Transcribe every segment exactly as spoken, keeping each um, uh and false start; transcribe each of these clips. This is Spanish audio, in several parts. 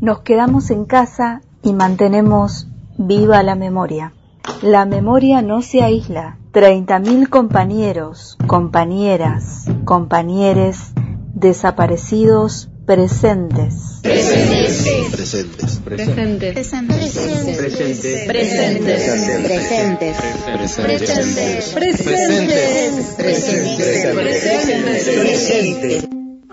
Nos quedamos en casa y mantenemos viva la memoria. La memoria no se aísla. Treinta mil compañeros, compañeras, compañeres, desaparecidos, presentes. Presentes. Presentes. Presentes. Presentes. Presentes. Presentes. Presentes. Presentes. Presentes. Presentes. Presentes.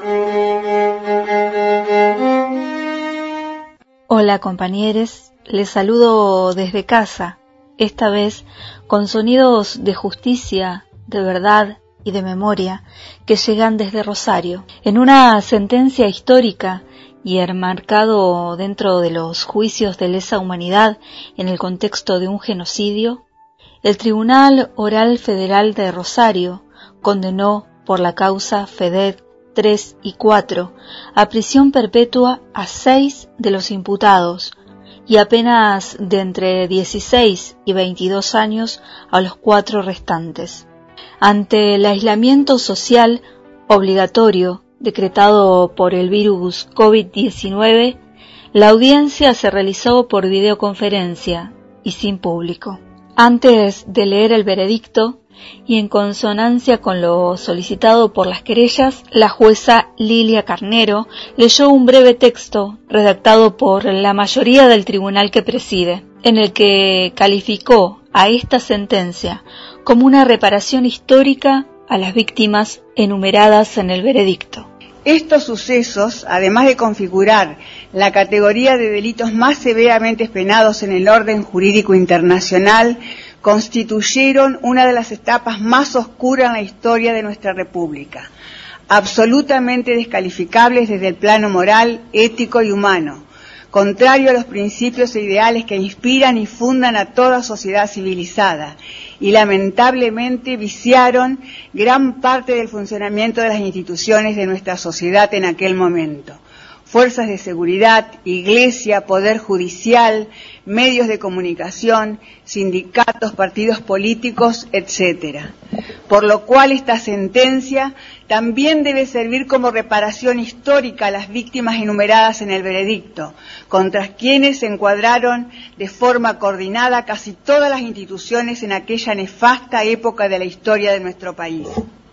Hola compañeros, les saludo desde casa, esta vez con sonidos de justicia, de verdad y de memoria que llegan desde Rosario. En una sentencia histórica y enmarcado dentro de los juicios de lesa humanidad en el contexto de un genocidio, el Tribunal Oral Federal de Rosario condenó por la causa FEDET tres y cuatro a prisión perpetua a seis de los imputados y a penas de entre dieciséis y veintidós años a los cuatro restantes. Ante el aislamiento social obligatorio decretado por el virus COVID diecinueve, la audiencia se realizó por videoconferencia y sin público. Antes de leer el veredicto, y en consonancia con lo solicitado por las querellas, la jueza Lilia Carnero leyó un breve texto redactado por la mayoría del tribunal que preside, en el que calificó a esta sentencia como una reparación histórica a las víctimas enumeradas en el veredicto. Estos sucesos, además de configurar la categoría de delitos más severamente penados en el orden jurídico internacional, constituyeron una de las etapas más oscuras en la historia de nuestra República, absolutamente descalificables desde el plano moral, ético y humano, contrario a los principios e ideales que inspiran y fundan a toda sociedad civilizada, y lamentablemente viciaron gran parte del funcionamiento de las instituciones de nuestra sociedad en aquel momento. Fuerzas de seguridad, iglesia, poder judicial, medios de comunicación, sindicatos, partidos políticos, etcétera. Por lo cual esta sentencia también debe servir como reparación histórica a las víctimas enumeradas en el veredicto, contra quienes se encuadraron de forma coordinada casi todas las instituciones en aquella nefasta época de la historia de nuestro país.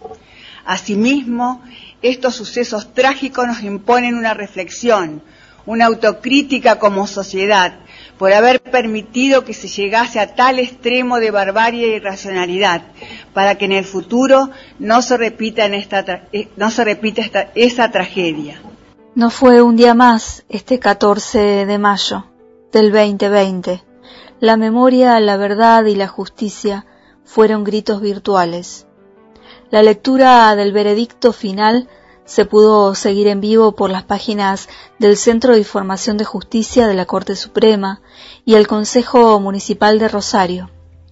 Asimismo, estos sucesos trágicos nos imponen una reflexión, una autocrítica como sociedad, por haber permitido que se llegase a tal extremo de barbarie e irracionalidad, para que en el futuro no se repita, en esta tra- no se repita esta, esa tragedia. No fue un día más este catorce de mayo del veinte veinte. La memoria, la verdad y la justicia fueron gritos virtuales. La lectura del veredicto final se pudo seguir en vivo por las páginas del Centro de Información de Justicia de la Corte Suprema y el Consejo Municipal de Rosario.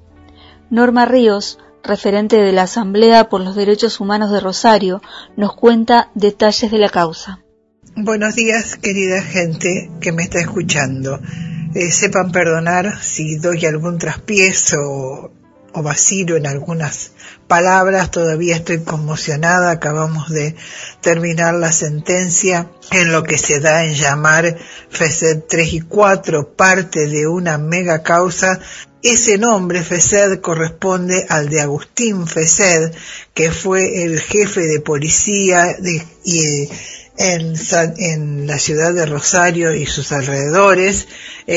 Norma Ríos, referente de la Asamblea por los Derechos Humanos de Rosario, nos cuenta detalles de la causa. Buenos días, querida gente que me está escuchando. Eh, sepan perdonar si doy algún traspiezo o, o vacilo en algunas palabras, todavía estoy conmocionada. Acabamos de terminar la sentencia en lo que se da en llamar FESED tres y cuatro, parte de una mega causa. Ese nombre, FESED, corresponde al de Agustín FESED, que fue el jefe de policía de, y, en, en la ciudad de Rosario y sus alrededores,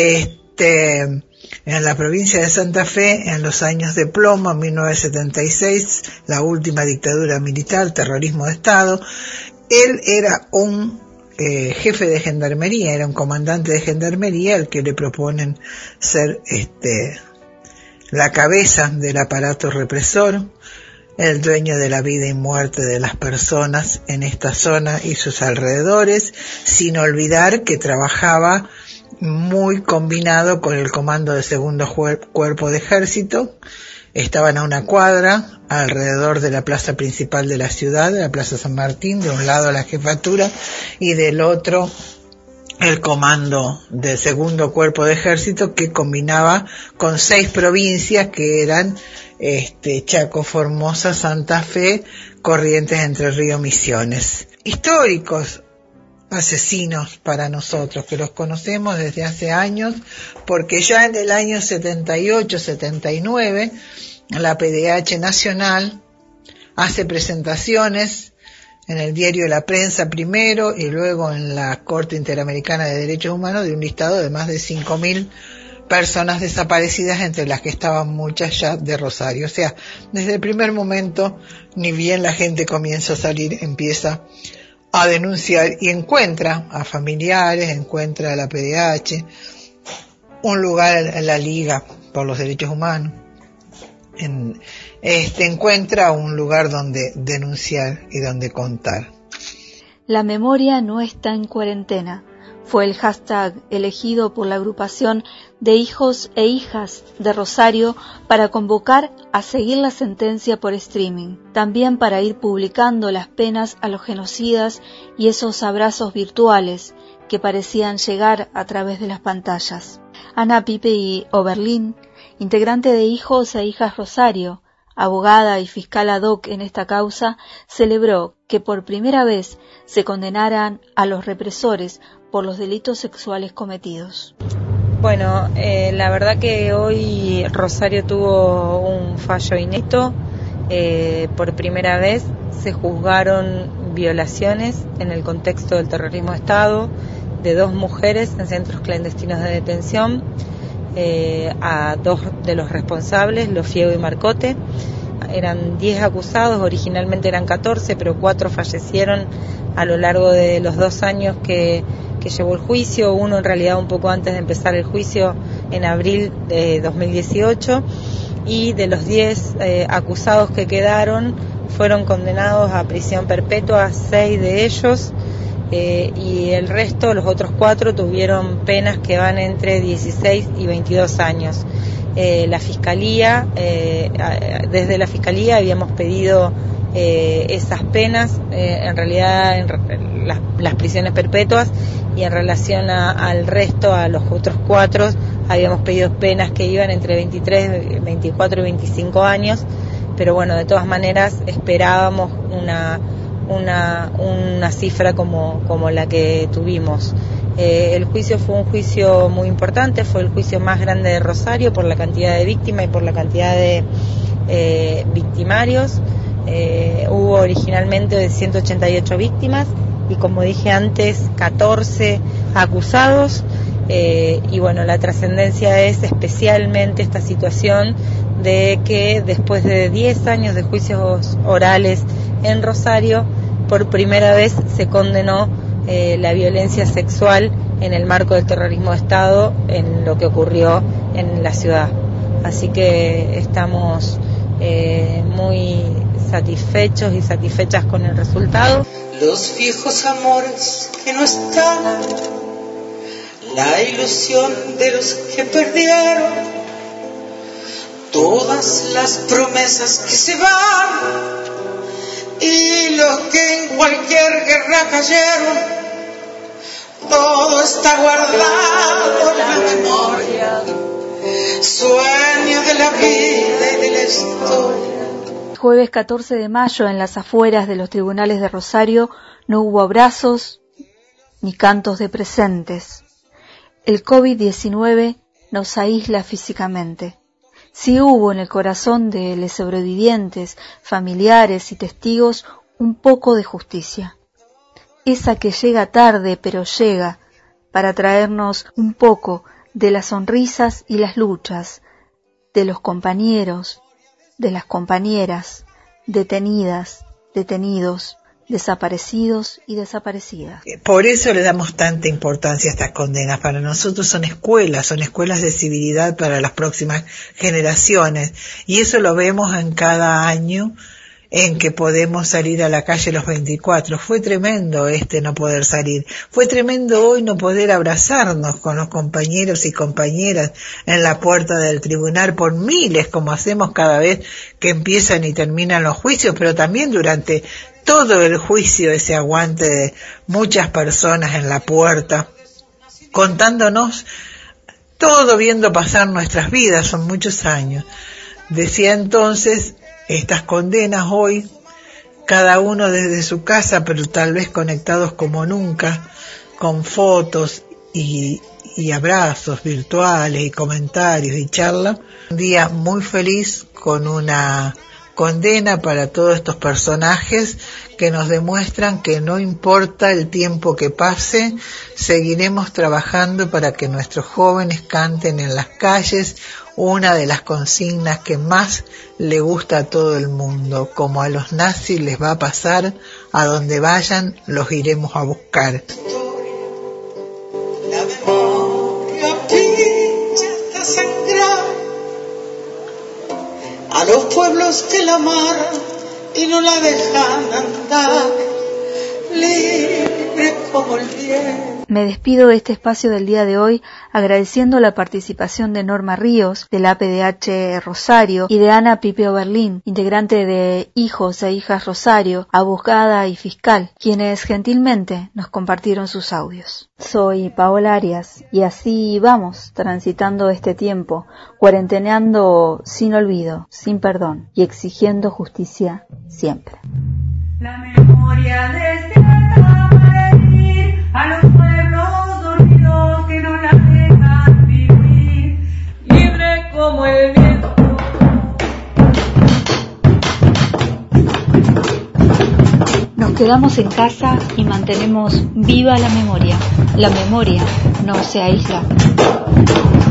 este... en la provincia de Santa Fe, en los años de plomo, mil novecientos setenta y seis, la última dictadura militar, terrorismo de Estado. Él era un eh, jefe de gendarmería, era un comandante de gendarmería, al que le proponen ser este la cabeza del aparato represor, el dueño de la vida y muerte de las personas en esta zona y sus alrededores, sin olvidar que trabajaba muy combinado con el comando de segundo cuerpo de ejército. Estaban a una cuadra alrededor de la plaza principal de la ciudad, de la Plaza San Martín, de un lado la jefatura y del otro el comando del segundo cuerpo de ejército, que combinaba con seis provincias que eran este, Chaco, Formosa, Santa Fe, Corrientes, Entre Ríos, Misiones. Históricos asesinos para nosotros, que los conocemos desde hace años, porque ya en el año setenta y ocho setenta y nueve la P D H Nacional hace presentaciones en el diario La Prensa primero y luego en la Corte Interamericana de Derechos Humanos de un listado de más de cinco mil personas desaparecidas, entre las que estaban muchas ya de Rosario. O sea, desde el primer momento, ni bien la gente comienza a salir, empieza a denunciar y encuentra a familiares, encuentra a la P D H, un lugar en la Liga por los Derechos Humanos, en, este encuentra un lugar donde denunciar y donde contar. La memoria no está en cuarentena. Fue el hashtag elegido por la agrupación de hijos e hijas de Rosario para convocar a seguir la sentencia por streaming, también para ir publicando las penas a los genocidas y esos abrazos virtuales que parecían llegar a través de las pantallas. Ana Pipe y Oberlin, integrante de Hijos e Hijas Rosario, abogada y fiscal ad hoc en esta causa, celebró que por primera vez se condenaran a los represores por los delitos sexuales cometidos. Bueno, eh, la verdad que hoy Rosario tuvo un fallo inédito. Eh, por primera vez se juzgaron violaciones en el contexto del terrorismo de Estado de dos mujeres en centros clandestinos de detención, eh, a dos de los responsables, Lofiego y Marcote. Eran diez acusados, originalmente eran catorce, pero cuatro fallecieron a lo largo de los dos años que, que llevó el juicio, uno en realidad un poco antes de empezar el juicio en abril de dos mil dieciocho, y de los diez eh, acusados que quedaron fueron condenados a prisión perpetua, seis de ellos, eh, y el resto, los otros cuatro, tuvieron penas que van entre dieciséis y veintidós años. Eh, la Fiscalía, eh, desde la Fiscalía habíamos pedido eh, esas penas, eh, en realidad en, las, las prisiones perpetuas, y en relación a, al resto, a los otros cuatro, habíamos pedido penas que iban entre veintitrés, veinticuatro y veinticinco años, pero bueno, de todas maneras esperábamos una, una, una cifra como, como la que tuvimos. Eh, el juicio fue un juicio muy importante, fue el juicio más grande de Rosario por la cantidad de víctimas y por la cantidad de eh, victimarios. Eh, hubo originalmente ciento ochenta y ocho víctimas y, como dije antes, catorce acusados. Eh, y bueno, la trascendencia es especialmente esta situación de que después de diez años de juicios orales en Rosario, por primera vez se condenó Eh, la violencia sexual en el marco del terrorismo de Estado en lo que ocurrió en la ciudad. Así que estamos eh, muy satisfechos y satisfechas con el resultado. Los viejos amores que no están, la ilusión de los que perdieron, todas las promesas que se van y los que en cualquier guerra cayeron. Todo está guardado en la memoria, sueño de la vida y de la historia. Jueves catorce de mayo, en las afueras de los tribunales de Rosario, no hubo abrazos ni cantos de presentes. El COVID diecinueve nos aísla físicamente. Sí hubo en el corazón de los sobrevivientes, familiares y testigos un poco de justicia. Esa que llega tarde, pero llega, para traernos un poco de las sonrisas y las luchas, de los compañeros, de las compañeras, detenidas, detenidos, desaparecidos y desaparecidas. Por eso le damos tanta importancia a estas condenas. Para nosotros son escuelas, son escuelas de civilidad para las próximas generaciones. Y eso lo vemos en cada año en que podemos salir a la calle los veinticuatro. Fue tremendo este no poder salir. Fue tremendo hoy no poder abrazarnos con los compañeros y compañeras en la puerta del tribunal por miles, como hacemos cada vez que empiezan y terminan los juicios, pero también durante todo el juicio, ese aguante de muchas personas en la puerta, contándonos todo, viendo pasar nuestras vidas. Son muchos años. Decía entonces, estas condenas hoy cada uno desde su casa, pero tal vez conectados como nunca, con fotos y, y abrazos virtuales y comentarios y charla. Un día muy feliz con una condena para todos estos personajes que nos demuestran que no importa el tiempo que pase, seguiremos trabajando para que nuestros jóvenes canten en las calles una de las consignas que más le gusta a todo el mundo. Como a los nazis les va a pasar, a donde vayan los iremos a buscar. La memoria pincha hasta sangrar a los pueblos que la amarran y no la dejan andar, libre como el viento. Me despido de este espacio del día de hoy agradeciendo la participación de Norma Ríos, del A P D H Rosario, y de Ana Pipeo Berlín, integrante de Hijos e Hijas Rosario, abogada y fiscal, quienes gentilmente nos compartieron sus audios. Soy Paola Arias y así vamos transitando este tiempo, cuarenteneando sin olvido, sin perdón y exigiendo justicia siempre. La memoria despierta para herir a los pueblos dormidos que no la dejan vivir, libre como el viento. Nos quedamos en casa y mantenemos viva la memoria. La memoria no se aísla.